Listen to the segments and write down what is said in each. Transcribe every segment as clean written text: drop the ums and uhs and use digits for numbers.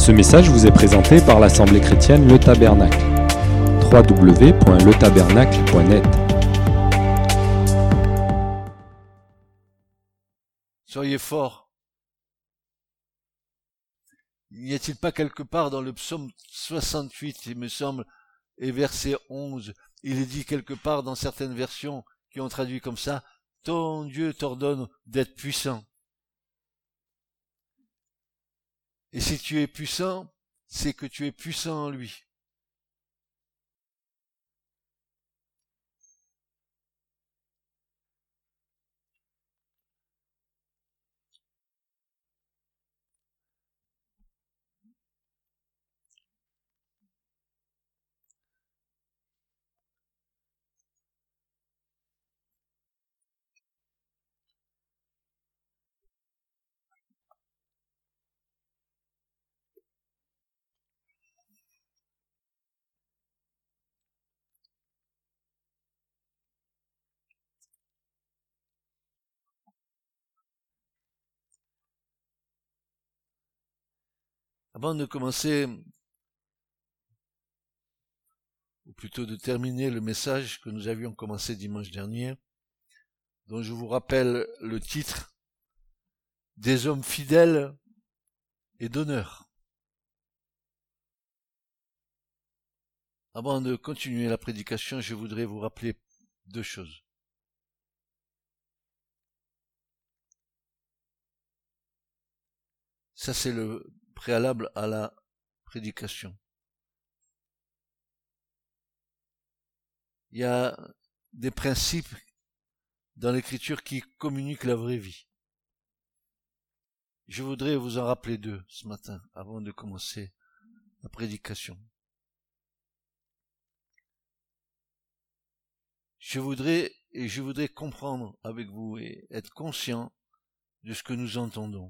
Ce message vous est présenté par l'Assemblée chrétienne Le Tabernacle. www.letabernacle.net. Soyez forts. N'y a-t-il pas quelque part dans le psaume 68, il me semble, et verset 11, il est dit quelque part dans certaines versions qui ont traduit comme ça, « Ton Dieu t'ordonne d'être puissant ». Et si tu es puissant, c'est que tu es puissant en lui. Avant de commencer, ou plutôt de terminer le message que nous avions commencé dimanche dernier, dont je vous rappelle le titre « Des hommes fidèles et d'honneur ». Avant de continuer la prédication, je voudrais vous rappeler deux choses. Ça, c'est le préalable à la prédication. Il y a des principes dans l'écriture qui communiquent la vraie vie. Je voudrais vous en rappeler deux ce matin, avant de commencer la prédication. Je voudrais comprendre avec vous et être conscient de ce que nous entendons.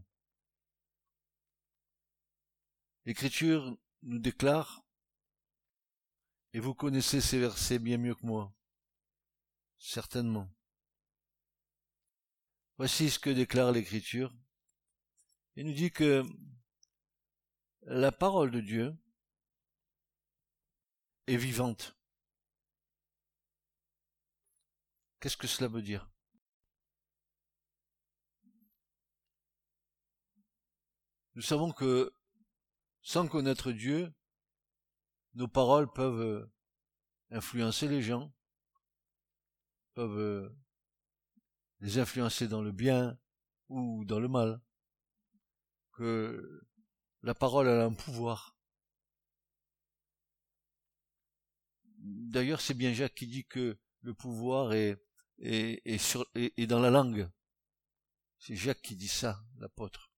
L'Écriture nous déclare, et vous connaissez ces versets bien mieux que moi, certainement. Voici ce que déclare l'Écriture. Il nous dit que la parole de Dieu est vivante. Qu'est-ce que cela veut dire? Nous savons que, sans connaître Dieu, nos paroles peuvent influencer les gens, peuvent les influencer dans le bien ou dans le mal, que la parole a un pouvoir. D'ailleurs, c'est bien Jacques qui dit que le pouvoir est dans la langue. C'est Jacques qui dit ça, l'apôtre.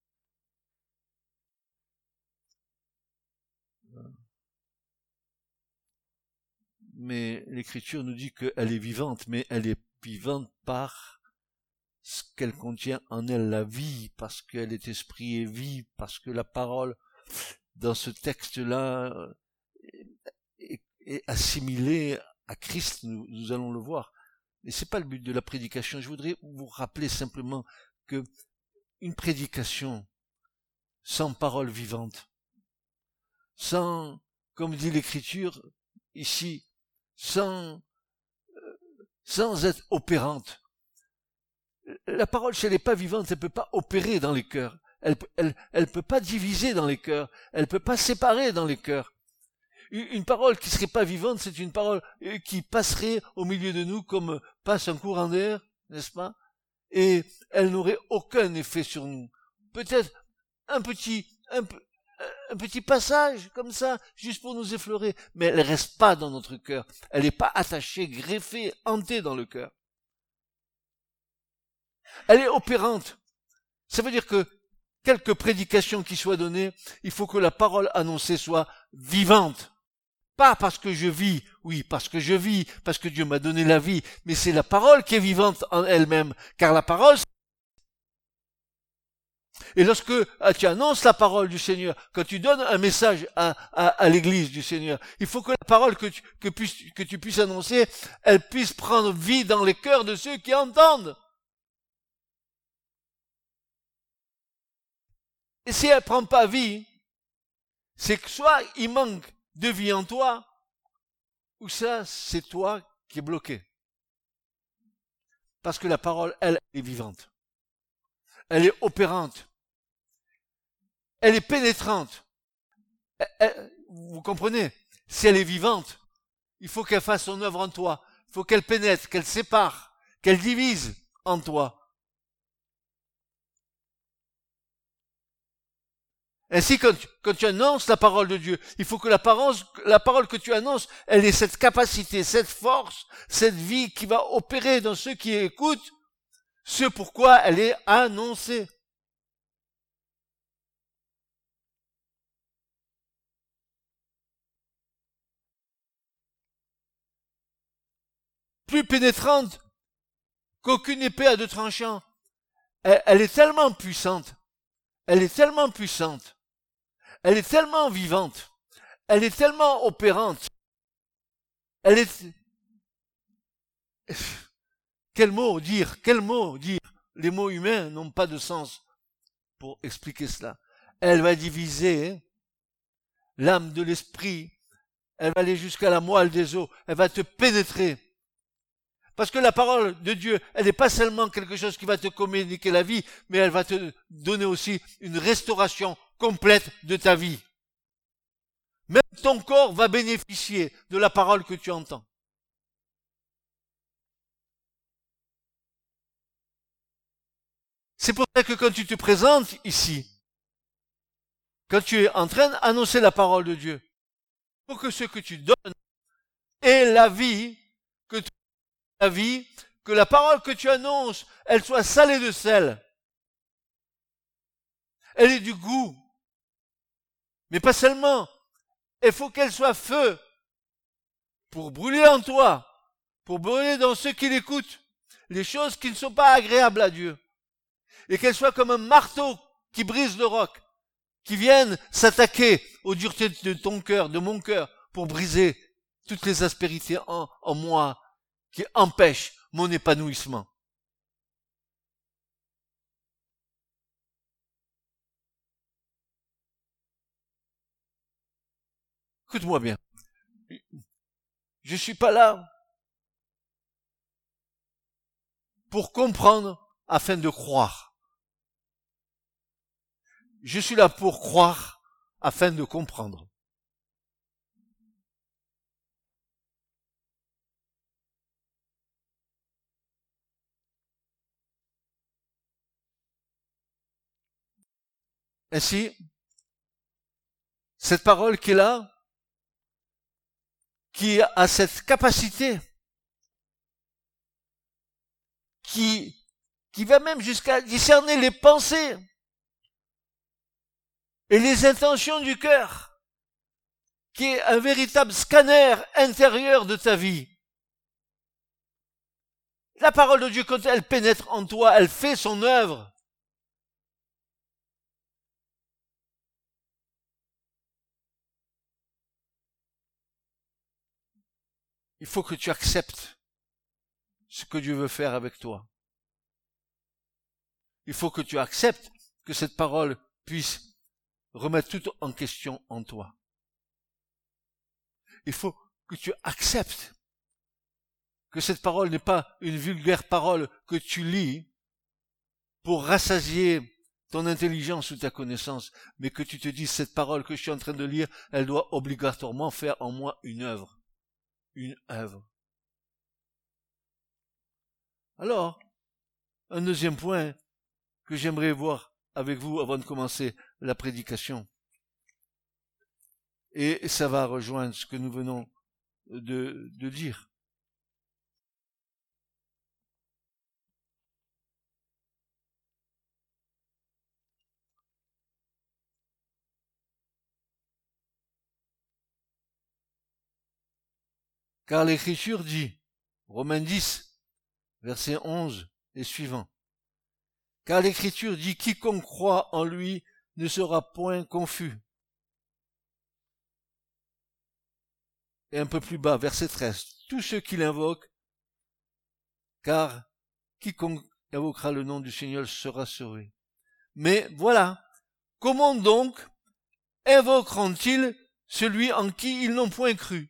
Mais l'Écriture nous dit qu'elle est vivante, mais elle est vivante par ce qu'elle contient en elle, la vie, parce qu'elle est esprit et vie, parce que la parole, dans ce texte-là, est assimilée à Christ, nous allons le voir. Et c'est pas le but de la prédication. Je voudrais vous rappeler simplement que une prédication sans parole vivante, sans, comme dit l'Écriture ici, sans être opérante. La parole, si elle n'est pas vivante, elle peut pas opérer dans les cœurs. Elle peut pas diviser dans les cœurs. Elle peut pas séparer dans les cœurs. Une parole qui serait pas vivante, c'est une parole qui passerait au milieu de nous comme passe un courant d'air, n'est-ce pas? Et elle n'aurait aucun effet sur nous. Peut-être un petit passage comme ça, juste pour nous effleurer, mais elle reste pas dans notre cœur. Elle n'est pas attachée, greffée, hantée dans le cœur. Elle est opérante. Ça veut dire que quelque prédication qui soit donnée, il faut que la parole annoncée soit vivante. Pas parce que je vis, oui, parce que je vis, parce que Dieu m'a donné la vie, mais c'est la parole qui est vivante en elle-même, car la parole. Et lorsque tu annonces la parole du Seigneur, quand tu donnes un message à l'église du Seigneur, il faut que la parole que tu puisses annoncer, elle puisse prendre vie dans les cœurs de ceux qui entendent. Et si elle prend pas vie, c'est que soit il manque de vie en toi, ou ça, c'est toi qui es bloqué. Parce que la parole, elle, est vivante. Elle est opérante. Elle est pénétrante. Vous comprenez? Si elle est vivante, il faut qu'elle fasse son œuvre en toi. Il faut qu'elle pénètre, qu'elle sépare, qu'elle divise en toi. Ainsi, quand tu annonces la parole de Dieu, il faut que la parole que tu annonces, elle ait cette capacité, cette force, cette vie qui va opérer dans ceux qui écoutent ce pourquoi elle est annoncée. Plus pénétrante qu'aucune épée à deux tranchants. Elle est tellement puissante. Elle est tellement puissante. Elle est tellement vivante. Elle est tellement opérante. Elle est... Quel mot dire? Quel mot dire? Les mots humains n'ont pas de sens pour expliquer cela. Elle va diviser l'âme de l'esprit. Elle va aller jusqu'à la moelle des os. Elle va te pénétrer. Parce que la parole de Dieu, elle n'est pas seulement quelque chose qui va te communiquer la vie, mais elle va te donner aussi une restauration complète de ta vie. Même ton corps va bénéficier de la parole que tu entends. C'est pour ça que quand tu te présentes ici, quand tu es en train d'annoncer la parole de Dieu, il faut que ce que tu donnes est la vie, que la parole que tu annonces, elle soit salée de sel. Elle ait du goût. Mais pas seulement. Il faut qu'elle soit feu pour brûler en toi, pour brûler dans ceux qui l'écoutent, les choses qui ne sont pas agréables à Dieu. Et qu'elle soit comme un marteau qui brise le roc, qui vienne s'attaquer aux duretés de ton cœur, de mon cœur, pour briser toutes les aspérités en moi qui empêchent mon épanouissement. Écoute-moi bien. Je suis pas là pour comprendre afin de croire. Je suis là pour croire afin de comprendre. Ainsi, cette parole qui est là, qui a cette capacité, qui va même jusqu'à discerner les pensées et les intentions du cœur, qui est un véritable scanner intérieur de ta vie. La parole de Dieu, quand elle pénètre en toi, elle fait son œuvre. Il faut que tu acceptes ce que Dieu veut faire avec toi. Il faut que tu acceptes que cette parole puisse remettre tout en question en toi. Il faut que tu acceptes que cette parole n'est pas une vulgaire parole que tu lis pour rassasier ton intelligence ou ta connaissance, mais que tu te dises cette parole que je suis en train de lire, elle doit obligatoirement faire en moi une œuvre. Une œuvre. Alors, un deuxième point que j'aimerais voir avec vous avant de commencer la prédication. Et ça va rejoindre ce que nous venons de dire. Car l'Écriture dit, Romains 10, verset 11 et suivant, car l'Écriture dit, quiconque croit en lui ne sera point confus. Et un peu plus bas, verset 13, tous ceux qui l'invoquent, car quiconque invoquera le nom du Seigneur sera sauvé. Mais voilà, comment donc invoqueront-ils celui en qui ils n'ont point cru?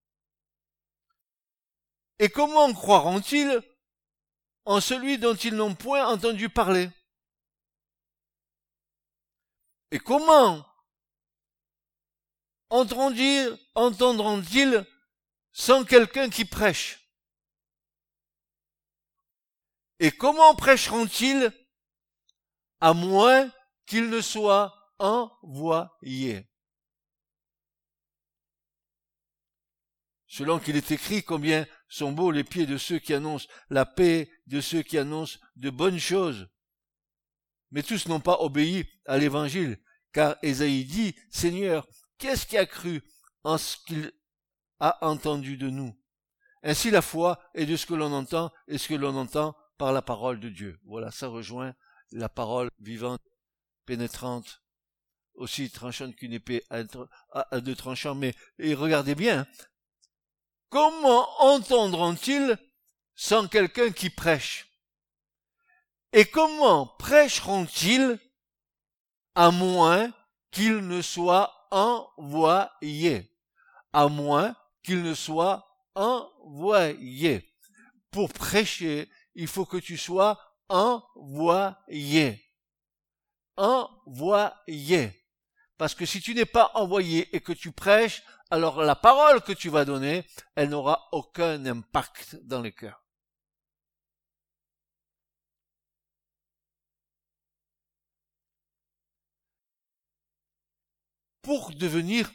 Et comment croiront-ils en celui dont ils n'ont point entendu parler? Et comment entendront-ils sans quelqu'un qui prêche? Et comment prêcheront-ils à moins qu'ils ne soient envoyés? Selon qu'il est écrit, combien sont beaux les pieds de ceux qui annoncent la paix, de ceux qui annoncent de bonnes choses. Mais tous n'ont pas obéi à l'évangile, car Ésaïe dit, Seigneur, qu'est-ce qui a cru en ce qu'il a entendu de nous? Ainsi la foi est de ce que l'on entend, et ce que l'on entend par la parole de Dieu. Voilà, ça rejoint la parole vivante, pénétrante, aussi tranchante qu'une épée à deux tranchants. Mais et regardez bien, comment entendront-ils sans quelqu'un qui prêche? Et comment prêcheront-ils à moins qu'ils ne soient envoyés? À moins qu'ils ne soient envoyés. Pour prêcher, il faut que tu sois envoyé. Envoyé. Parce que si tu n'es pas envoyé et que tu prêches, alors la parole que tu vas donner, elle n'aura aucun impact dans les cœurs. Pour devenir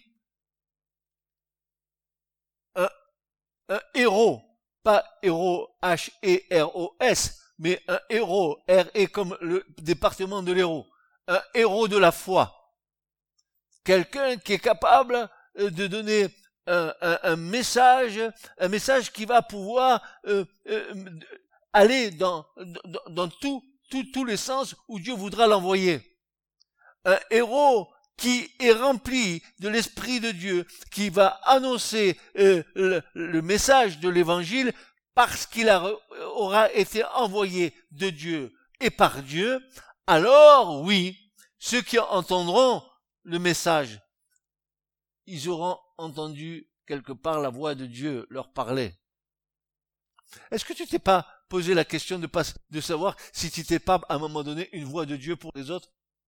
un héros, pas héros H-E-R-O-S, mais un héros, R-E comme le département de l'héros, un héros de la foi. Quelqu'un qui est capable de donner un message qui va pouvoir aller dans tous les sens où Dieu voudra l'envoyer. Un héros qui est rempli de l'Esprit de Dieu, qui va annoncer le message de l'Évangile parce qu'il aura été envoyé de Dieu et par Dieu, alors oui, ceux qui entendront le message, ils auront entendu quelque part la voix de Dieu leur parler. Est-ce que tu t'es pas posé la question de savoir si tu n'étais pas à un moment donné une voix de Dieu pour les autres?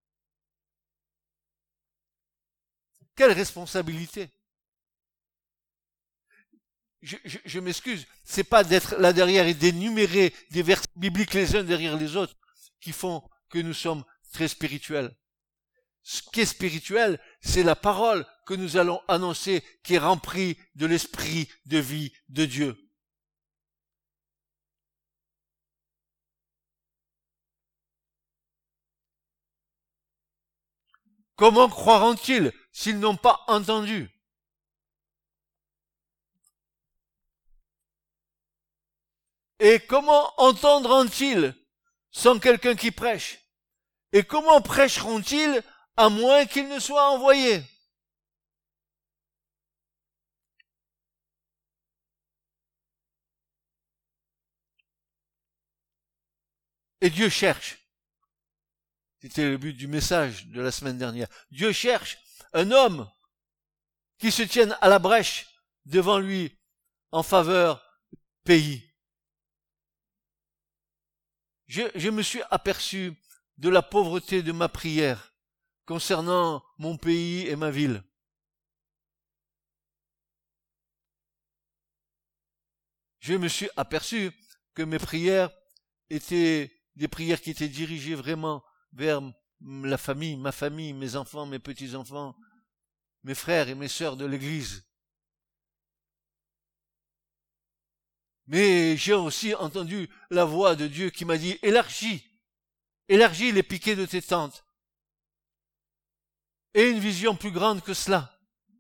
Quelle responsabilité! Je m'excuse, c'est pas d'être là derrière et d'énumérer des versets bibliques les uns derrière les autres qui font que nous sommes très spirituels. Ce qui est spirituel, c'est la parole que nous allons annoncer qui est remplie de l'esprit de vie de Dieu. Comment croiront-ils s'ils n'ont pas entendu? Et comment entendront-ils sans quelqu'un qui prêche? Et comment prêcheront-ils à moins qu'ils ne soient envoyés? Et Dieu cherche. C'était le but du message de la semaine dernière. Dieu cherche un homme qui se tienne à la brèche devant lui en faveur du pays. Je me suis aperçu de la pauvreté de ma prière concernant mon pays et ma ville. Je me suis aperçu que mes prières étaient des prières qui étaient dirigées vraiment vers la famille, ma famille, mes enfants, mes petits-enfants, mes frères et mes sœurs de l'Église. Mais j'ai aussi entendu la voix de Dieu qui m'a dit, élargis les piquets de tes tentes. Et une vision plus grande que cela.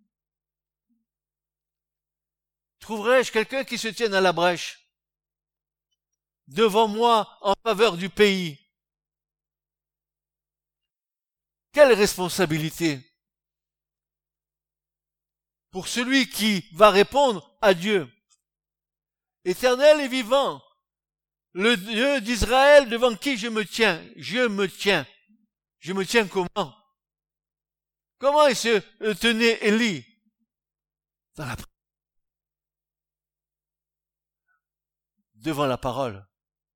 Trouverai-je quelqu'un qui se tienne à la brèche devant moi en faveur du pays? Quelle responsabilité pour celui qui va répondre à Dieu. Éternel et vivant, le Dieu d'Israël devant qui je me tiens. Je me tiens comment? Comment il se tenait Élie? Dans la, devant la parole.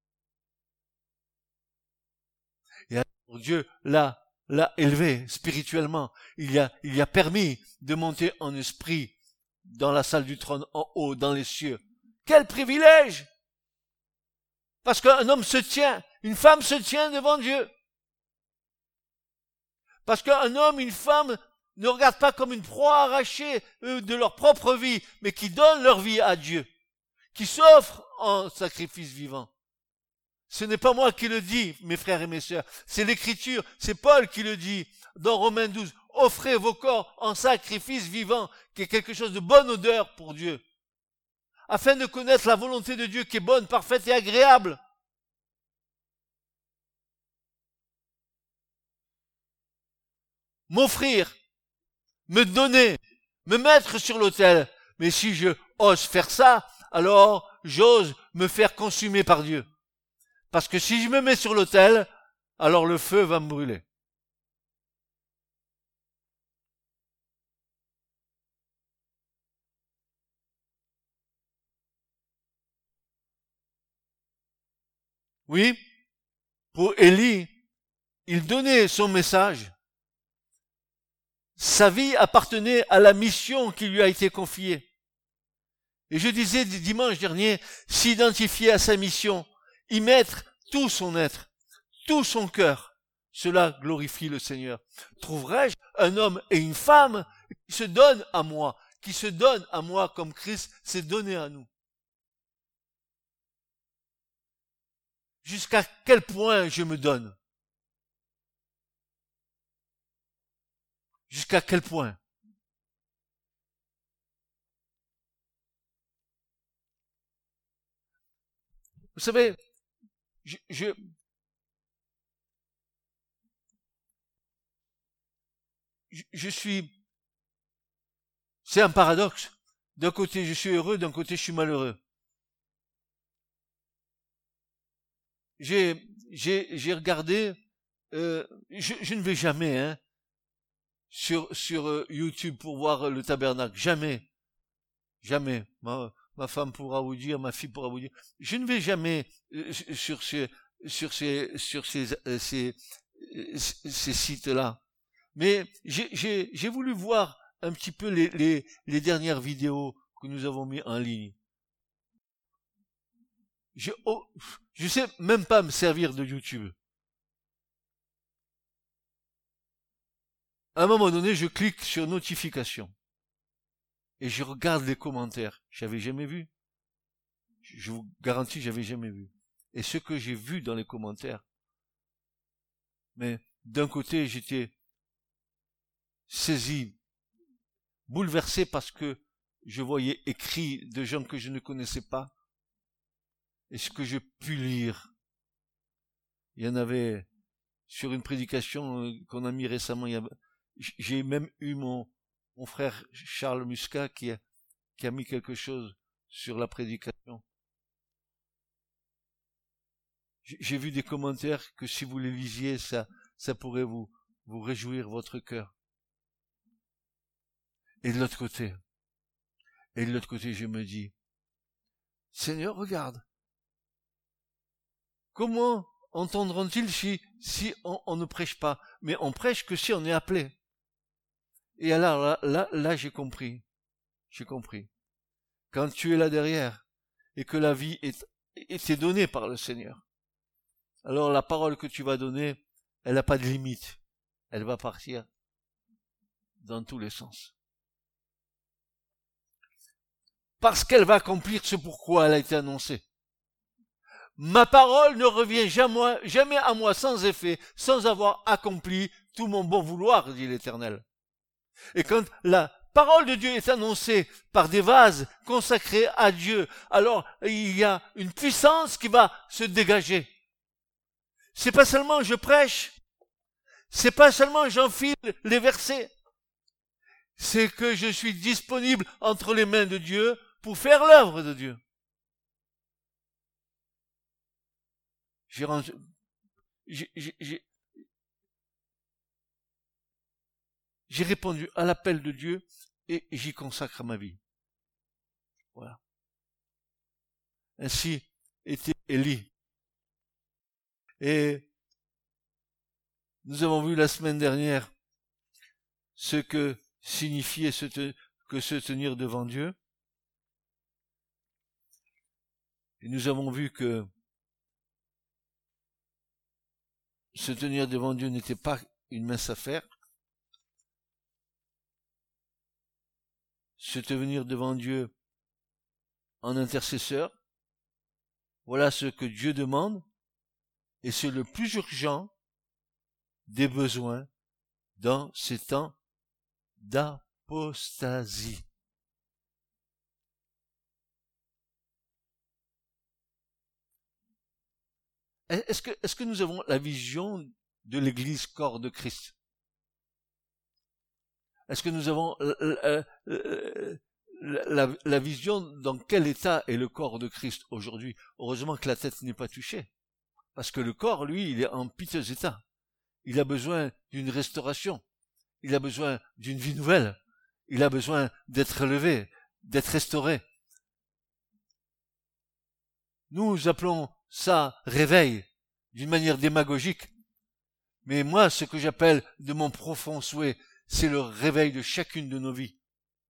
Et alors Dieu l'a élevé spirituellement. Il a permis de monter en esprit dans la salle du trône en haut, dans les cieux. Quel privilège! Parce qu'un homme se tient, une femme se tient devant Dieu. Parce qu'un homme, une femme ne regardent pas comme une proie arrachée de leur propre vie, mais qui donnent leur vie à Dieu, qui s'offrent en sacrifice vivant. Ce n'est pas moi qui le dis, mes frères et mes sœurs, c'est l'Écriture, c'est Paul qui le dit dans Romains 12. Offrez vos corps en sacrifice vivant, qui est quelque chose de bonne odeur pour Dieu, afin de connaître la volonté de Dieu qui est bonne, parfaite et agréable. M'offrir, me donner, me mettre sur l'autel. Mais si je ose faire ça, alors j'ose me faire consumer par Dieu. Parce que si je me mets sur l'autel, alors le feu va me brûler. Oui, pour Élie, il donnait son message. Sa vie appartenait à la mission qui lui a été confiée. Et je disais dimanche dernier, s'identifier à sa mission, y mettre tout son être, tout son cœur, cela glorifie le Seigneur. Trouverai-je un homme et une femme qui se donnent à moi, comme Christ s'est donné à nous? Jusqu'à quel point je me donne? Jusqu'à quel point? Vous savez, je suis, c'est un paradoxe. D'un côté je suis heureux, d'un côté je suis malheureux. J'ai regardé, je ne vais jamais, hein, sur YouTube pour voir le tabernacle. Jamais. Jamais. Ma femme pourra vous dire, ma fille pourra vous dire. Je ne vais jamais sur ces sites-là. Mais j'ai voulu voir un petit peu les dernières vidéos que nous avons mis en ligne. Je sais même pas me servir de YouTube. À un moment donné, je clique sur notification. Et je regarde les commentaires. J'avais jamais vu. Je vous garantis, j'avais jamais vu. Et ce que j'ai vu dans les commentaires. Mais d'un côté, j'étais saisi, bouleversé parce que je voyais écrit de gens que je ne connaissais pas. Et ce que j'ai pu lire. Il y en avait sur une prédication qu'on a mis récemment. J'ai même eu mon frère Charles Muscat qui a mis quelque chose sur la prédication. J'ai vu des commentaires que si vous les lisiez, ça pourrait vous réjouir votre cœur. Et de l'autre côté, je me dis, Seigneur, regarde. Comment entendront-ils si on ne prêche pas? Mais on prêche que si on est appelé. Et alors là, j'ai compris. J'ai compris. Quand tu es là derrière et que la vie est donnée par le Seigneur, alors la parole que tu vas donner, elle n'a pas de limite. Elle va partir dans tous les sens. Parce qu'elle va accomplir ce pourquoi elle a été annoncée. Ma parole ne revient jamais à moi sans effet, sans avoir accompli tout mon bon vouloir, dit l'Éternel. Et quand la parole de Dieu est annoncée par des vases consacrés à Dieu, alors il y a une puissance qui va se dégager. C'est pas seulement je prêche, c'est pas seulement j'enfile les versets, c'est que je suis disponible entre les mains de Dieu pour faire l'œuvre de Dieu. j'ai répondu à l'appel de Dieu et j'y consacre ma vie. Voilà. Ainsi était Élie. Et nous avons vu la semaine dernière ce que signifiait se tenir devant Dieu. Et nous avons vu que se tenir devant Dieu n'était pas une mince affaire. Se tenir devant Dieu en intercesseur, voilà ce que Dieu demande, et c'est le plus urgent des besoins dans ces temps d'apostasie. Est-ce que nous avons la vision de l'Église corps de Christ? Est-ce que nous avons la vision dans quel état est le corps de Christ aujourd'hui? Heureusement que la tête n'est pas touchée. Parce que le corps, lui, il est en piteux état. Il a besoin d'une restauration. Il a besoin d'une vie nouvelle. Il a besoin d'être relevé, d'être restauré. Nous appelons ça réveil, d'une manière démagogique. Mais moi, ce que j'appelle de mon profond souhait, c'est le réveil de chacune de nos vies.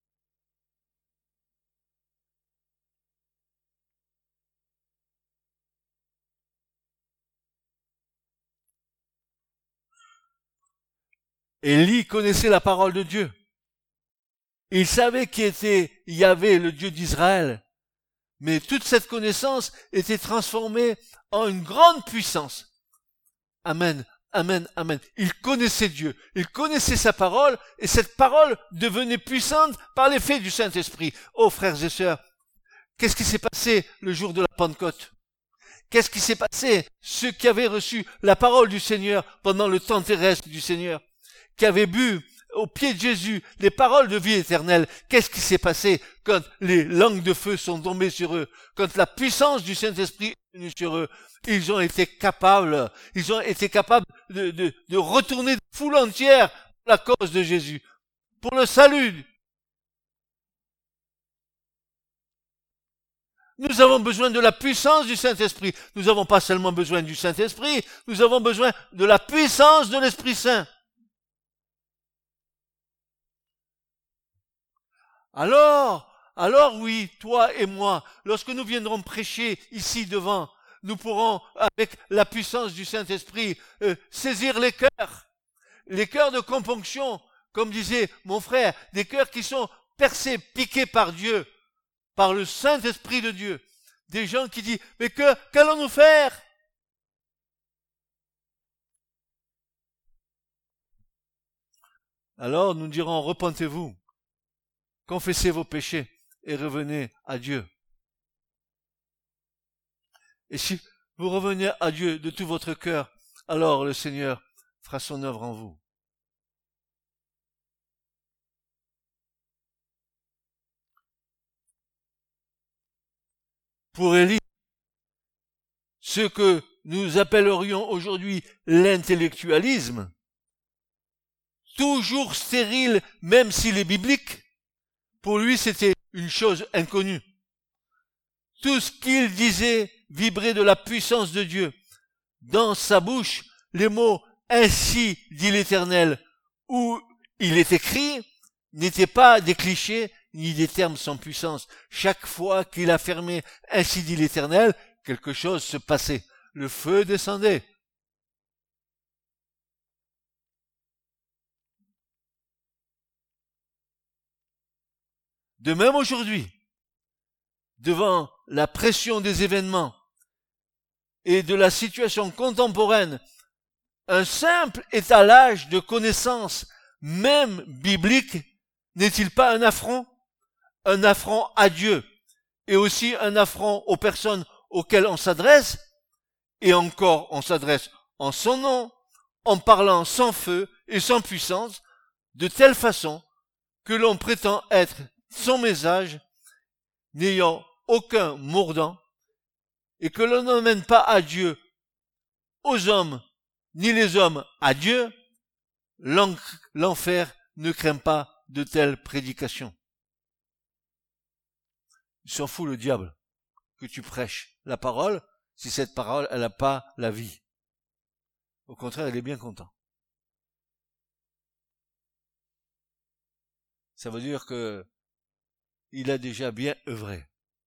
Élie connaissait la parole de Dieu. Il savait qui était Yahvé, le Dieu d'Israël. Mais toute cette connaissance était transformée en une grande puissance. Amen, amen, amen. Il connaissait Dieu, il connaissait sa parole, et cette parole devenait puissante par l'effet du Saint-Esprit. Oh frères et sœurs, qu'est-ce qui s'est passé le jour de la Pentecôte? Qu'est-ce qui s'est passé? Ceux qui avaient reçu la parole du Seigneur pendant le temps terrestre du Seigneur, qui avaient bu au pied de Jésus les paroles de vie éternelle, qu'est-ce qui s'est passé quand les langues de feu sont tombées sur eux, quand la puissance du Saint-Esprit est venue sur eux? Ils ont été capables de retourner de foule entière pour la cause de Jésus, pour le salut. Nous avons besoin de la puissance du Saint-Esprit. Nous n'avons pas seulement besoin du Saint-Esprit, nous avons besoin de la puissance de l'Esprit Saint. Alors oui, toi et moi, lorsque nous viendrons prêcher ici devant, nous pourrons, avec la puissance du Saint-Esprit, saisir les cœurs de componction, comme disait mon frère, des cœurs qui sont percés, piqués par Dieu, par le Saint-Esprit de Dieu. Des gens qui disent, mais qu'allons-nous faire? Alors nous dirons, repentez-vous, confessez vos péchés et revenez à Dieu. Et si vous revenez à Dieu de tout votre cœur, alors le Seigneur fera son œuvre en vous. Pour Élie, ce que nous appellerions aujourd'hui l'intellectualisme, toujours stérile même s'il est biblique, pour lui c'était une chose inconnue. Tout ce qu'il disait vibrait de la puissance de Dieu. Dans sa bouche, les mots « ainsi dit l'Éternel » où il est écrit n'étaient pas des clichés ni des termes sans puissance. Chaque fois qu'il affirmait « ainsi dit l'Éternel », quelque chose se passait. Le feu descendait. De même aujourd'hui, devant la pression des événements et de la situation contemporaine, un simple étalage de connaissances, même bibliques, n'est-il pas un affront? Un affront à Dieu, et aussi un affront aux personnes auxquelles on s'adresse, et encore on s'adresse en son nom, en parlant sans feu et sans puissance, de telle façon que l'on prétend être son message, n'ayant aucun mordant, et que l'on n'emmène pas à Dieu aux hommes, ni les hommes à Dieu, l'enfer ne crains pas de telles prédications. Il s'en fout le diable que tu prêches la parole, si cette parole, elle n'a pas la vie. Au contraire, il est bien content. Ça veut dire que il a déjà bien œuvré.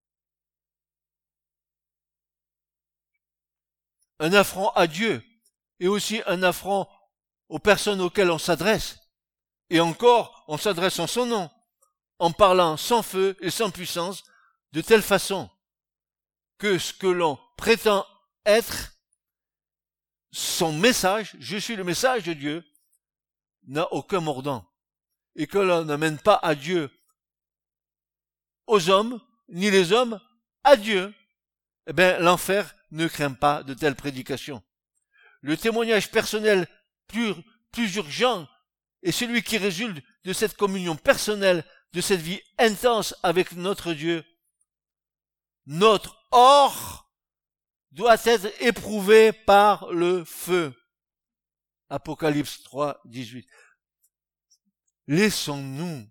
Un affront à Dieu et aussi un affront aux personnes auxquelles on s'adresse. Et encore, on s'adresse en son nom, en parlant sans feu et sans puissance, de telle façon que ce que l'on prétend être son message, je suis le message de Dieu, n'a aucun mordant. Et que l'on n'amène pas à Dieu aux hommes, ni les hommes à Dieu. Eh bien, l'enfer ne craint pas de telles prédications. Le témoignage personnel plus urgent est celui qui résulte de cette communion personnelle, de cette vie intense avec notre Dieu. Notre or doit être éprouvé par le feu. Apocalypse 3, 18. Laissons-nous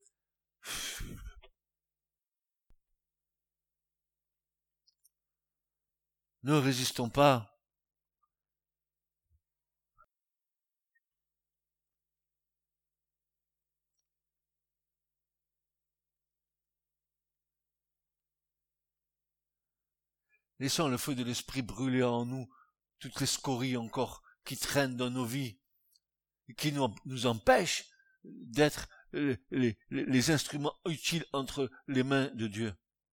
ne résistons pas. Laissons le feu de l'esprit brûler en nous toutes les scories encore qui traînent dans nos vies et qui nous empêchent d'être les instruments utiles entre les mains de Dieu.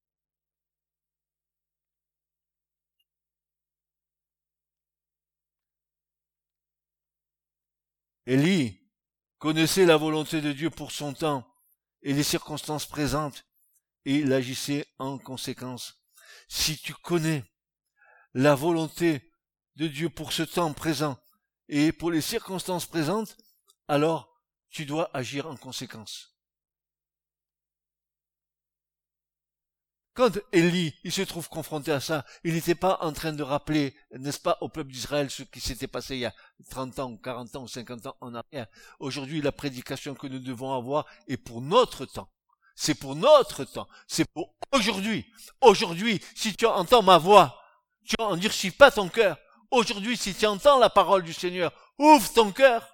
Élie connaissait la volonté de Dieu pour son temps et les circonstances présentes, et il agissait en conséquence. Si tu connais la volonté de Dieu pour ce temps présent et pour les circonstances présentes, alors tu dois agir en conséquence. Quand Élie, il se trouve confronté à ça, il n'était pas en train de rappeler, n'est-ce pas, au peuple d'Israël ce qui s'était passé il y a 30 ans, 40 ans ou 50 ans en arrière. Aujourd'hui, la prédication que nous devons avoir est pour notre temps. C'est pour notre temps. C'est pour aujourd'hui. Aujourd'hui, si tu entends ma voix, tu n'endurcis pas ton cœur. Aujourd'hui, si tu entends la parole du Seigneur, ouvre ton cœur.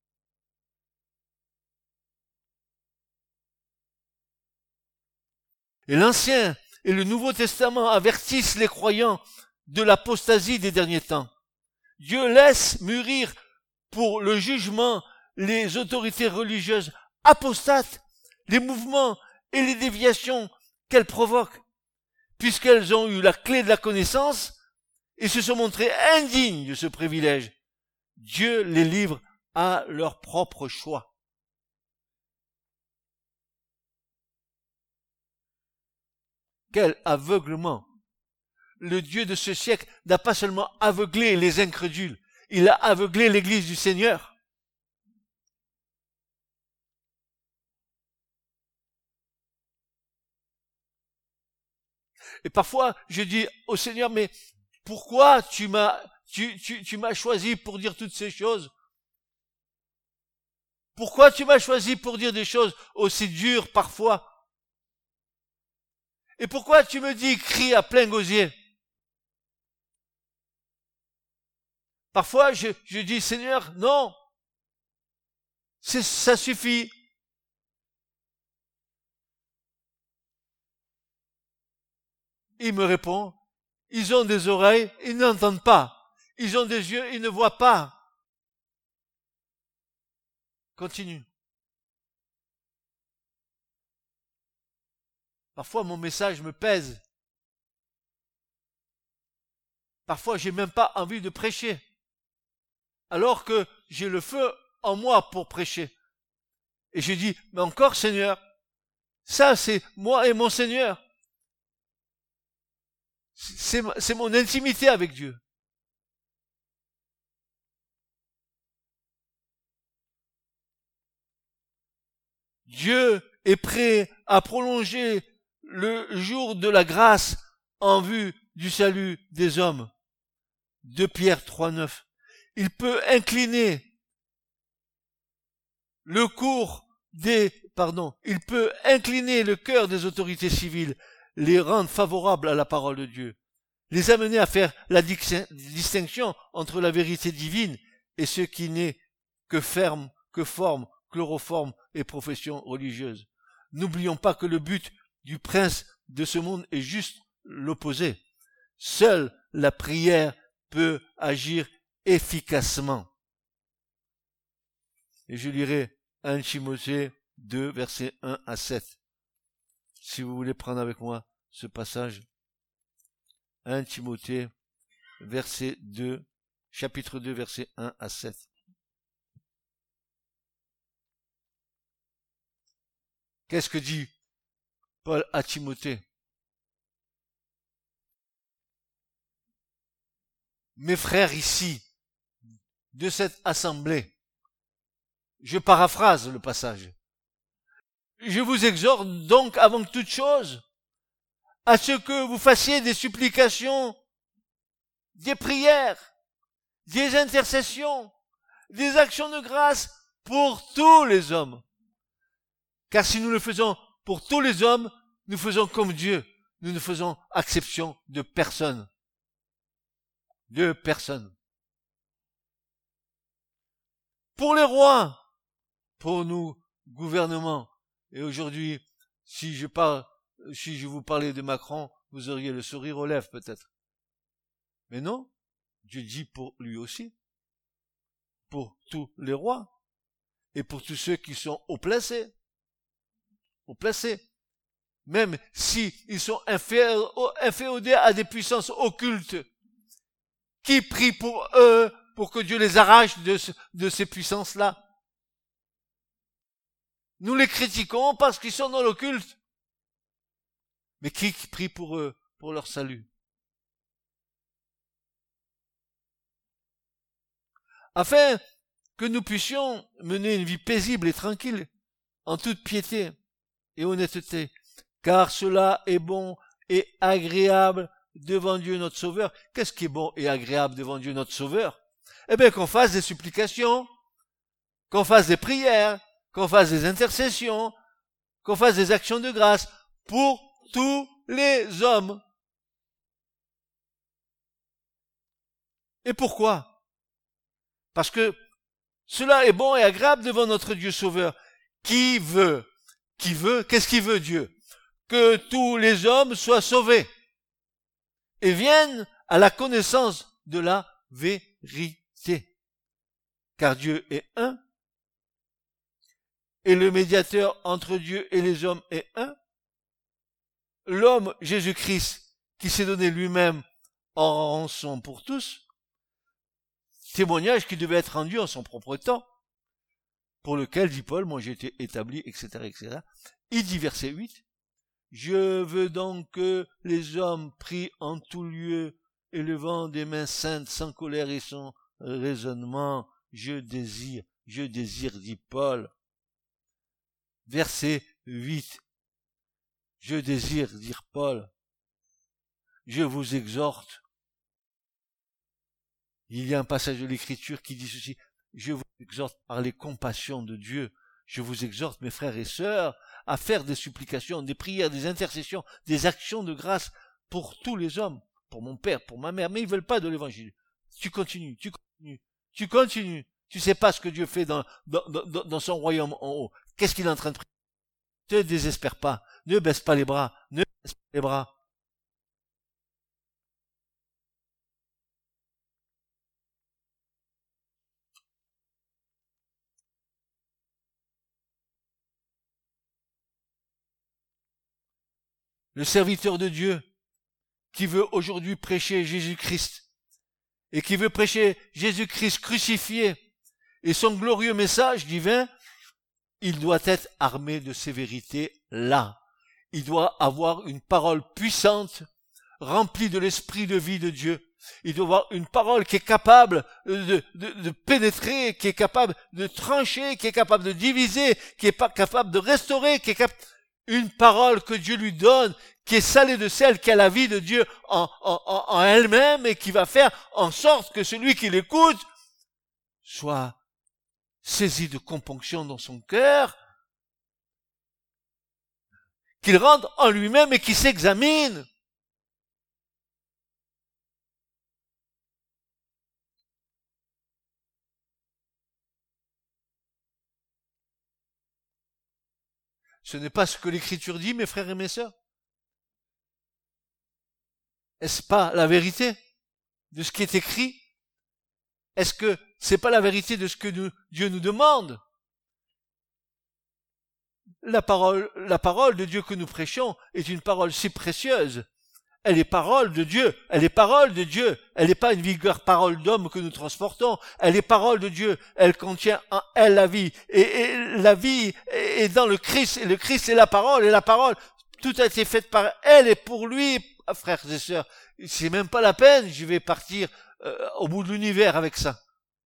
Et l'Ancien et le Nouveau Testament avertissent les croyants de l'apostasie des derniers temps. Dieu laisse mûrir pour le jugement les autorités religieuses apostates, les mouvements et les déviations qu'elles provoquent, puisqu'elles ont eu la clé de la connaissance et se sont montrées indignes de ce privilège. Dieu les livre à leur propre choix. Quel aveuglement! Le Dieu de ce siècle n'a pas seulement aveuglé les incrédules, il a aveuglé l'Église du Seigneur. Et parfois, je dis au Seigneur, mais pourquoi tu m'as choisi pour dire toutes ces choses? Pourquoi tu m'as choisi pour dire des choses aussi dures parfois? Et pourquoi tu me dis crie à plein gosier? Parfois, je dis, Seigneur, non, ça suffit. Il me répond, ils ont des oreilles, ils n'entendent pas. Ils ont des yeux, ils ne voient pas. Continue. Parfois, mon message me pèse. Parfois, j'ai même pas envie de prêcher. Alors que j'ai le feu en moi pour prêcher. Et je dis, mais encore Seigneur, ça c'est moi et mon Seigneur. C'est mon intimité avec Dieu. Dieu est prêt à prolonger le jour de la grâce en vue du salut des hommes. 2 Pierre 3,9. Il peut incliner le cours il peut incliner le cœur des autorités civiles, les rendre favorables à la parole de Dieu, les amener à faire la distinction entre la vérité divine et ce qui n'est que forme, chloroforme et profession religieuse. N'oublions pas que le but du prince de ce monde est juste l'opposé. Seule la prière peut agir efficacement. Et je lirai 1 Timothée 2, versets 1 à 7. Si vous voulez prendre avec moi ce passage. 1 Timothée, chapitre 2, versets 1 à 7. Qu'est-ce que dit Paul à Timothée? Mes frères ici, de cette assemblée, je paraphrase le passage. Je vous exhorte donc avant toute chose à ce que vous fassiez des supplications, des prières, des intercessions, des actions de grâce pour tous les hommes. Car si nous le faisons pour tous les hommes, nous faisons comme Dieu. Nous ne faisons exception de personne. De personne. Pour les rois, pour nous, gouvernements, et aujourd'hui, si je vous parlais de Macron, vous auriez le sourire aux lèvres peut-être. Mais non, Dieu dit pour lui aussi, pour tous les rois, et pour tous ceux qui sont haut placés, même s'ils sont inféodés à des puissances occultes, qui prient pour eux, pour que Dieu les arrache de ces puissances-là. Nous les critiquons parce qu'ils sont dans l'occulte. Mais qui prie pour eux, pour leur salut? Afin que nous puissions mener une vie paisible et tranquille, en toute piété et honnêteté, car cela est bon et agréable devant Dieu notre Sauveur. Qu'est-ce qui est bon et agréable devant Dieu notre Sauveur? Eh bien, qu'on fasse des supplications, qu'on fasse des prières, qu'on fasse des intercessions, qu'on fasse des actions de grâce pour tous les hommes. Et pourquoi? Parce que cela est bon et agréable devant notre Dieu Sauveur. Qu'est-ce qu'il veut Dieu? Que tous les hommes soient sauvés et viennent à la connaissance de la vérité. Car Dieu est un, et le médiateur entre Dieu et les hommes est un. L'homme Jésus-Christ, qui s'est donné lui-même en rançon pour tous, témoignage qui devait être rendu en son propre temps, pour lequel, dit Paul, moi j'ai été établi, etc., etc. Il dit verset 8, « Je veux donc que les hommes prient en tout lieu, élevant des mains saintes, sans colère et sans raisonnement. Je désire, dit Paul. » Verset 8, « Je désire, dit Paul, je vous exhorte. » Il y a un passage de l'Écriture qui dit ceci, « Je vous exhorte par les compassions de Dieu. Je vous exhorte, mes frères et sœurs, à faire des supplications, des prières, des intercessions, des actions de grâce pour tous les hommes, pour mon père, pour ma mère, mais ils veulent pas de l'évangile. Tu continues. Tu sais pas ce que Dieu fait dans son royaume en haut. Qu'est-ce qu'il est en train de prier? Ne désespère pas, ne baisse pas les bras, Le serviteur de Dieu qui veut aujourd'hui prêcher Jésus-Christ et qui veut prêcher Jésus-Christ crucifié et son glorieux message divin, il doit être armé de ces vérités-là. Il doit avoir une parole puissante, remplie de l'esprit de vie de Dieu. Il doit avoir une parole qui est capable de pénétrer, qui est capable de trancher, qui est capable de diviser, qui est capable de restaurer, une parole que Dieu lui donne, qui est salée de sel, qui a la vie de Dieu en elle-même et qui va faire en sorte que celui qui l'écoute soit saisi de componction dans son cœur qu'il rentre en lui-même et qu'il s'examine. Ce n'est pas ce que l'Écriture dit, mes frères et mes sœurs. Est-ce pas la vérité de ce qui est écrit? Est-ce que c'est pas la vérité de ce que Dieu nous demande? La parole de Dieu que nous prêchons est une parole si précieuse. Elle est parole de Dieu. Elle est parole de Dieu. Elle n'est pas une vulgaire parole d'homme que nous transportons. Elle est parole de Dieu. Elle contient en elle la vie. Et la vie est dans le Christ. Et le Christ est la parole. Et la parole, tout a été fait par elle et pour lui, frères et sœurs. C'est même pas la peine. Je vais partir au bout de l'univers avec ça.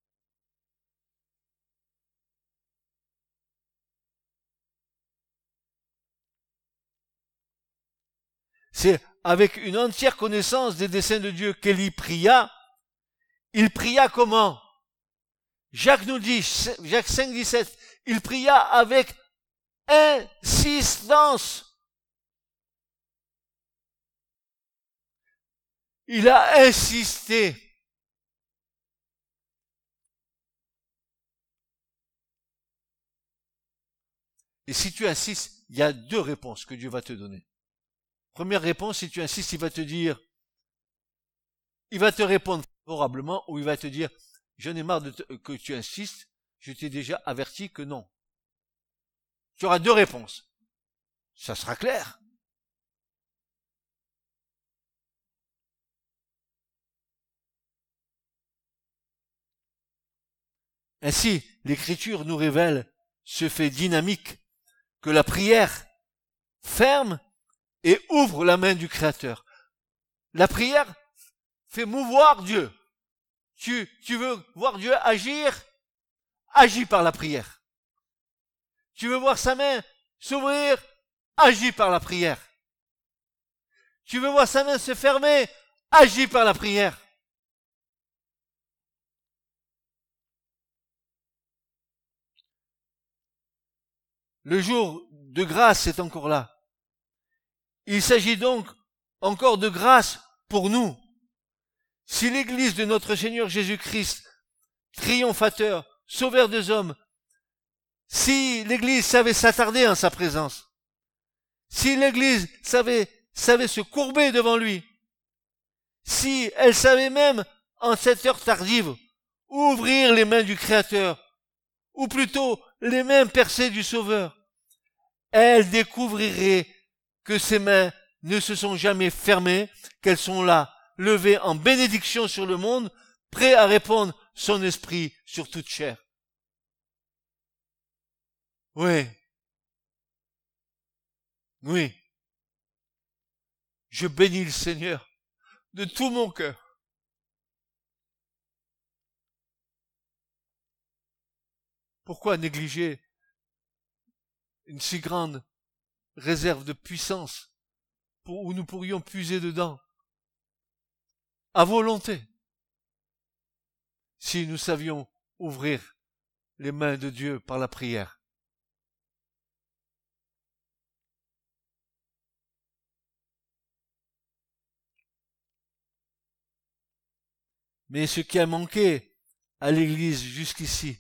C'est avec une entière connaissance des desseins de Dieu qu'Élie pria. Il pria comment? Jacques nous dit, Jacques 5, 17, il pria avec insistance. Il a insisté. Et si tu insistes, il y a deux réponses que Dieu va te donner. Première réponse, si tu insistes, il va te répondre favorablement, ou il va te dire, j'en ai marre que tu insistes, je t'ai déjà averti que non. Tu auras deux réponses. Ça sera clair. Ainsi, l'Écriture nous révèle ce fait dynamique que la prière ferme et ouvre la main du Créateur. La prière fait mouvoir Dieu. Tu veux voir Dieu agir? Agis par la prière. Tu veux voir sa main s'ouvrir? Agis par la prière. Tu veux voir sa main se fermer? Agis par la prière. Le jour de grâce est encore là. Il s'agit donc encore de grâce pour nous. Si l'Église de notre Seigneur Jésus-Christ, triomphateur, sauveur des hommes, si l'Église savait s'attarder en sa présence, si l'Église savait se courber devant lui, si elle savait même, en cette heure tardive, ouvrir les mains du Créateur, ou plutôt les mains percées du Sauveur, elle découvrirait que ses mains ne se sont jamais fermées, qu'elles sont là, levées en bénédiction sur le monde, prêt à répandre son esprit sur toute chair. Oui. Oui. Je bénis le Seigneur de tout mon cœur. Pourquoi négliger une si grande réserve de puissance où nous pourrions puiser dedans à volonté si nous savions ouvrir les mains de Dieu par la prière? Mais ce qui a manqué à l'Église jusqu'ici,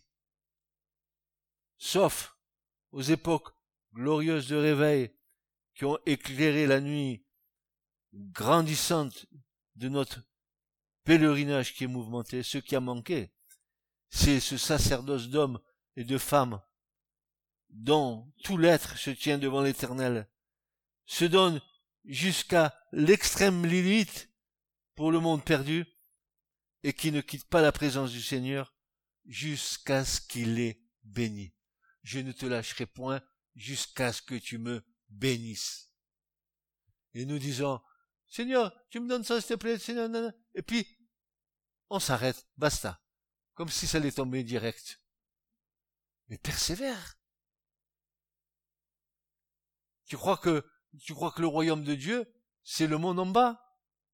sauf aux époques glorieuses de réveil qui ont éclairé la nuit grandissante de notre pèlerinage qui est mouvementé, ce qui a manqué, c'est ce sacerdoce d'hommes et de femmes dont tout l'être se tient devant l'Éternel, se donne jusqu'à l'extrême limite pour le monde perdu, et qui ne quitte pas la présence du Seigneur jusqu'à ce qu'il ait béni. Je ne te lâcherai point jusqu'à ce que tu me bénisses. Et nous disons, Seigneur, tu me donnes ça s'il te plaît, Seigneur, nanana. Et puis, on s'arrête, basta. Comme si ça allait tomber direct. Mais persévère. Tu crois que le royaume de Dieu, c'est le monde en bas?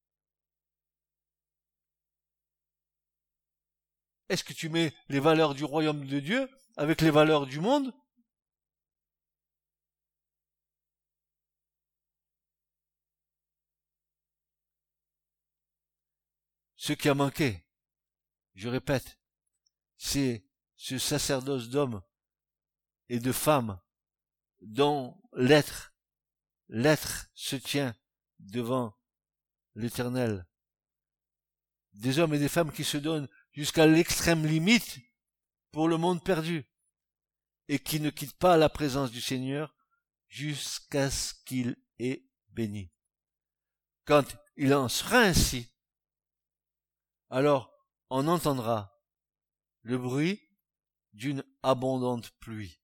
Est-ce que tu mets les valeurs du royaume de Dieu avec les valeurs du monde? Ce qui a manqué, je répète, c'est ce sacerdoce d'hommes et de femmes dont l'être se tient devant l'Éternel. Des hommes et des femmes qui se donnent jusqu'à l'extrême limite pour le monde perdu et qui ne quittent pas la présence du Seigneur jusqu'à ce qu'il ait béni. Quand il en sera ainsi, alors on entendra le bruit d'une abondante pluie.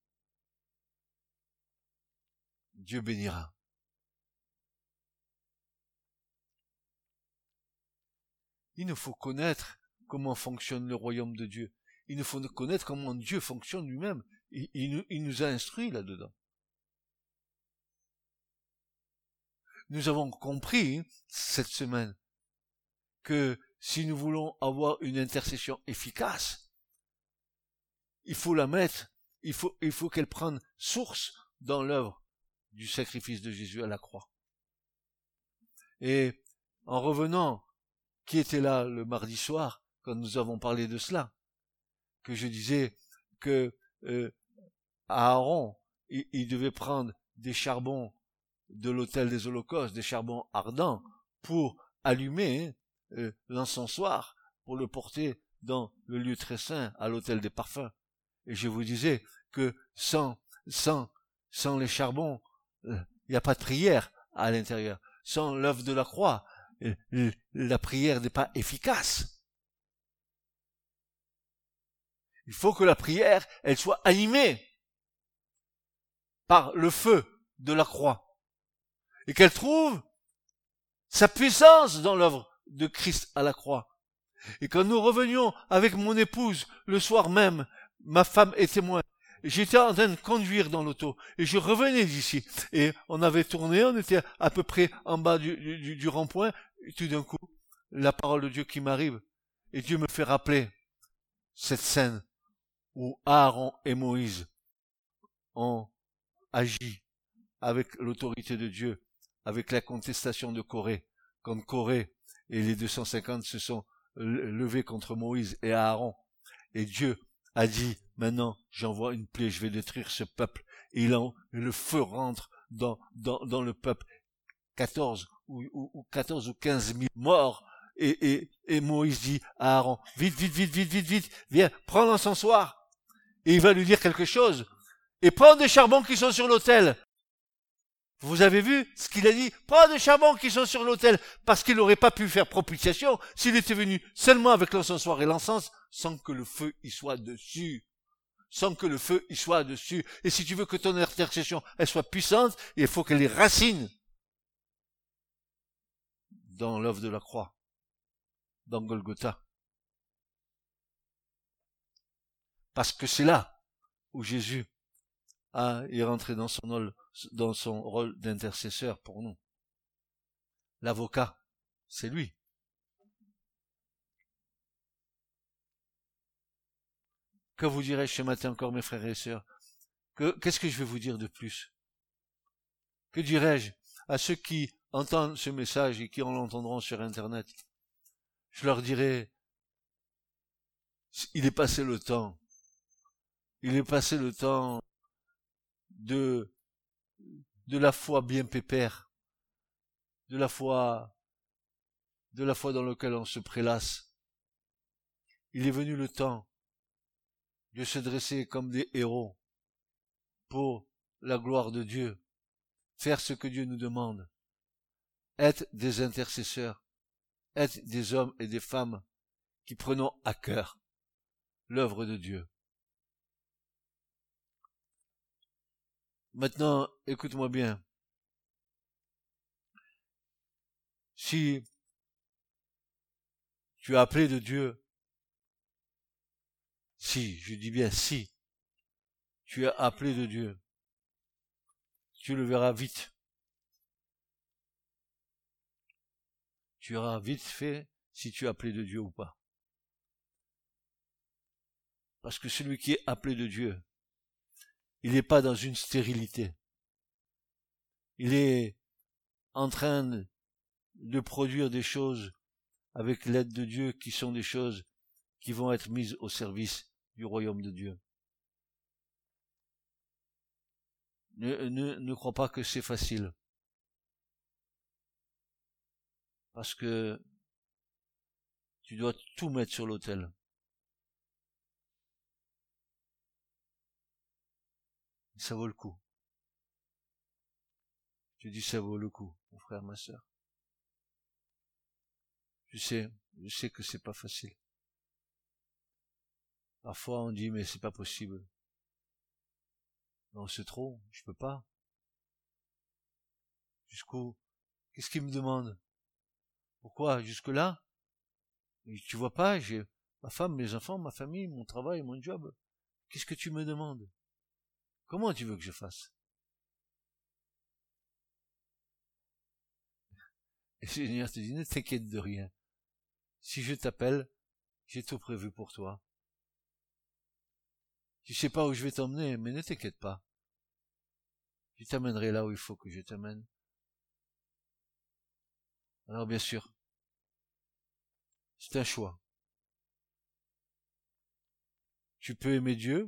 Dieu bénira. Il nous faut connaître comment fonctionne le royaume de Dieu. Il nous faut connaître comment Dieu fonctionne lui-même. Il nous a instruits là-dedans. Nous avons compris cette semaine que si nous voulons avoir une intercession efficace, il faut la mettre, il faut qu'elle prenne source dans l'œuvre du sacrifice de Jésus à la croix. Et en revenant, qui était là le mardi soir, quand nous avons parlé de cela, que je disais que Aaron, il devait prendre des charbons de l'autel des holocaustes, des charbons ardents, pour allumer l'encensoir, pour le porter dans le lieu très saint, à l'autel des parfums. Et je vous disais que sans les charbons, il n'y a pas de prière à l'intérieur. Sans l'œuvre de la croix, la prière n'est pas efficace. Il faut que la prière, elle soit animée par le feu de la croix et qu'elle trouve sa puissance dans l'œuvre de Christ à la croix. Et quand nous revenions avec mon épouse le soir même, ma femme est témoin, j'étais en train de conduire dans l'auto et je revenais d'ici et on avait tourné, on était à peu près en bas du rond-point et tout d'un coup la parole de Dieu qui m'arrive et Dieu me fait rappeler cette scène où Aaron et Moïse ont agi avec l'autorité de Dieu, avec la contestation de Corée, quand Corée et les 250 se sont levés contre Moïse et Aaron. Et Dieu a dit, maintenant j'envoie une plaie, je vais détruire ce peuple. Et le feu rentre dans le peuple. 14 ou 15 000 morts. Et Moïse dit à Aaron, vite, viens, prends l'encensoir. Et il va lui dire quelque chose. Et prends des charbons qui sont sur l'autel. Vous avez vu ce qu'il a dit? Prends des charbons qui sont sur l'autel. Parce qu'il n'aurait pas pu faire propitiation s'il était venu seulement avec l'encensoir et l'encens, sans que le feu y soit dessus. Sans que le feu y soit dessus. Et si tu veux que ton intercession, elle soit puissante, il faut qu'elle ait racine dans l'œuvre de la croix, dans Golgotha. Parce que c'est là où Jésus est rentré dans son rôle d'intercesseur pour nous. L'avocat, c'est lui. Que vous dirais-je ce matin encore, mes frères et sœurs? Qu'est-ce que je vais vous dire de plus? Que dirais-je à ceux qui entendent ce message et qui en l'entendront sur Internet? Je leur dirai, il est passé le temps. Il est passé le temps de la foi bien pépère, de la foi dans laquelle on se prélasse. Il est venu le temps de se dresser comme des héros pour la gloire de Dieu, faire ce que Dieu nous demande, être des intercesseurs, être des hommes et des femmes qui prenons à cœur l'œuvre de Dieu. Maintenant, écoute-moi bien. Si tu es appelé de Dieu, si, je dis bien si, tu es appelé de Dieu, tu le verras vite. Tu auras vite fait si tu es appelé de Dieu ou pas. Parce que celui qui est appelé de Dieu, il n'est pas dans une stérilité. Il est en train de produire des choses avec l'aide de Dieu, qui sont des choses qui vont être mises au service du royaume de Dieu. Ne crois pas que c'est facile. Parce que tu dois tout mettre sur l'autel. Ça vaut le coup. Je dis ça vaut le coup, mon frère, ma sœur. Je sais que c'est pas facile. Parfois on dit mais c'est pas possible. Non, c'est trop, je peux pas. Jusqu'où? Qu'est-ce qu'il me demande? Pourquoi? Jusque-là? Tu vois pas, j'ai ma femme, mes enfants, ma famille, mon travail, mon job. Qu'est-ce que tu me demandes? Comment tu veux que je fasse? Et le Seigneur te dit, ne t'inquiète de rien. Si je t'appelle, j'ai tout prévu pour toi. Tu sais pas où je vais t'emmener, mais ne t'inquiète pas. Je t'amènerai là où il faut que je t'amène. Alors bien sûr, c'est un choix. Tu peux aimer Dieu,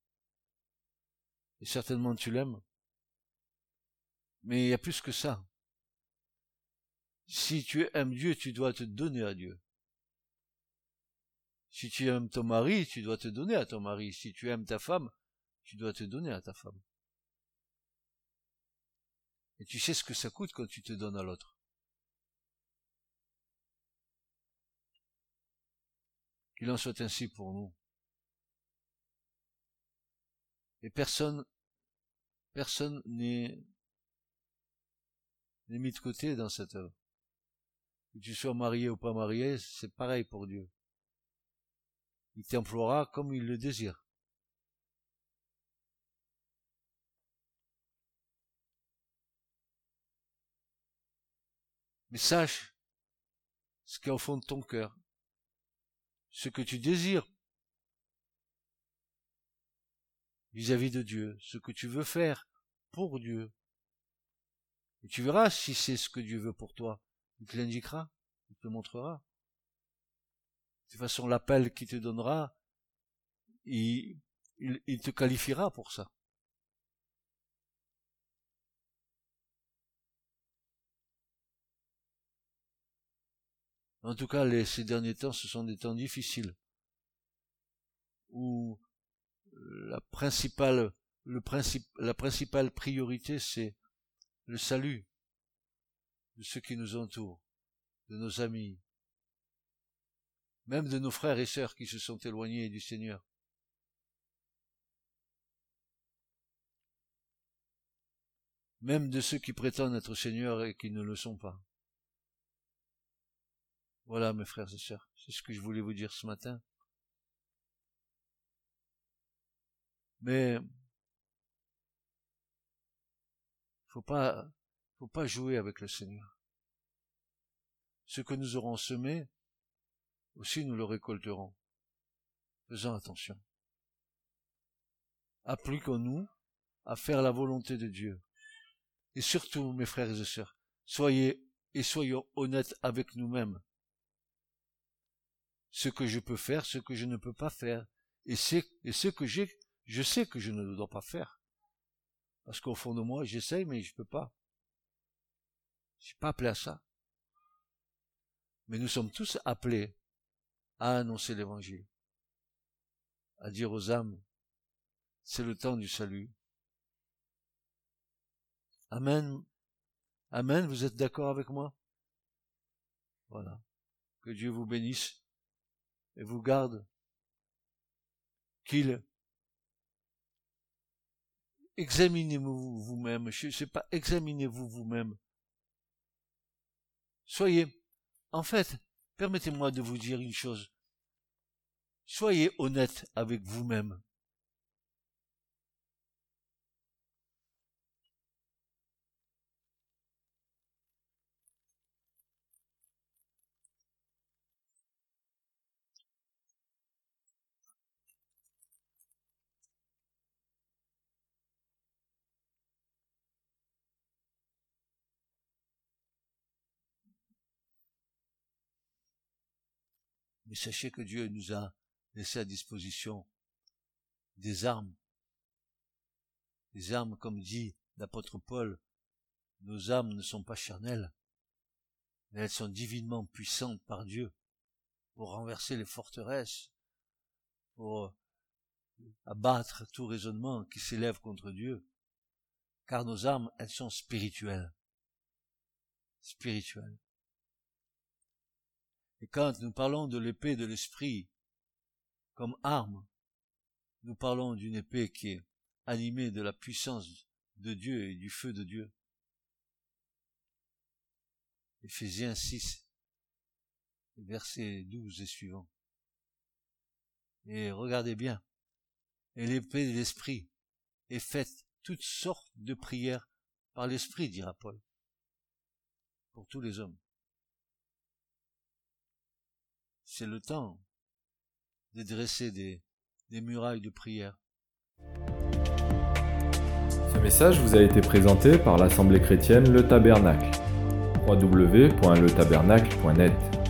et certainement tu l'aimes, mais il y a plus que ça. Si tu aimes Dieu, tu dois te donner à Dieu. Si tu aimes ton mari, tu dois te donner à ton mari. Si tu aimes ta femme, tu dois te donner à ta femme. Et tu sais ce que ça coûte quand tu te donnes à l'autre. Qu'il en soit ainsi pour nous. Et personne n'est mis de côté dans cette œuvre. Que tu sois marié ou pas marié, c'est pareil pour Dieu. Il t'emploiera comme il le désire. Mais sache ce qu'il y a au fond de ton cœur, ce que tu désires vis-à-vis de Dieu, ce que tu veux faire pour Dieu. Et tu verras si c'est ce que Dieu veut pour toi. Il te l'indiquera, il te le montrera. De toute façon, l'appel qu'il te donnera, il te qualifiera pour ça. En tout cas, ces derniers temps, ce sont des temps difficiles, où la principale priorité, c'est le salut de ceux qui nous entourent, de nos amis, même de nos frères et sœurs qui se sont éloignés du Seigneur. Même de ceux qui prétendent être Seigneur et qui ne le sont pas. Voilà, mes frères et sœurs, c'est ce que je voulais vous dire ce matin. Mais faut pas jouer avec le Seigneur. Ce que nous aurons semé, aussi nous le récolterons. Faisons attention. Appliquons-nous à faire la volonté de Dieu. Et surtout, mes frères et sœurs, soyons honnêtes avec nous-mêmes. Ce que je peux faire, ce que je ne peux pas faire, et ce que je sais que je ne dois pas faire. Parce qu'au fond de moi, j'essaye, mais je peux pas. Je suis pas appelé à ça. Mais nous sommes tous appelés à annoncer l'évangile. À dire aux âmes, c'est le temps du salut. Amen. Amen, vous êtes d'accord avec moi? Voilà. Que Dieu vous bénisse et vous garde. Qu'il examinez-vous vous-même. Je sais pas, examinez-vous vous-même. En fait, permettez-moi de vous dire une chose. Soyez honnête avec vous-même. Mais sachez que Dieu nous a laissé à disposition des armes. Des armes, comme dit l'apôtre Paul, nos âmes ne sont pas charnelles, mais elles sont divinement puissantes par Dieu pour renverser les forteresses, pour abattre tout raisonnement qui s'élève contre Dieu. Car nos âmes, elles sont spirituelles. Spirituelles. Et quand nous parlons de l'épée de l'esprit comme arme, nous parlons d'une épée qui est animée de la puissance de Dieu et du feu de Dieu. Éphésiens 6, versets 12 et suivants. Et regardez bien, et l'épée de l'esprit est faite toutes sortes de prières par l'esprit, dira Paul, pour tous les hommes. C'est le temps de dresser des murailles de prière. Ce message vous a été présenté par l'Assemblée chrétienne Le Tabernacle. www.letabernacle.net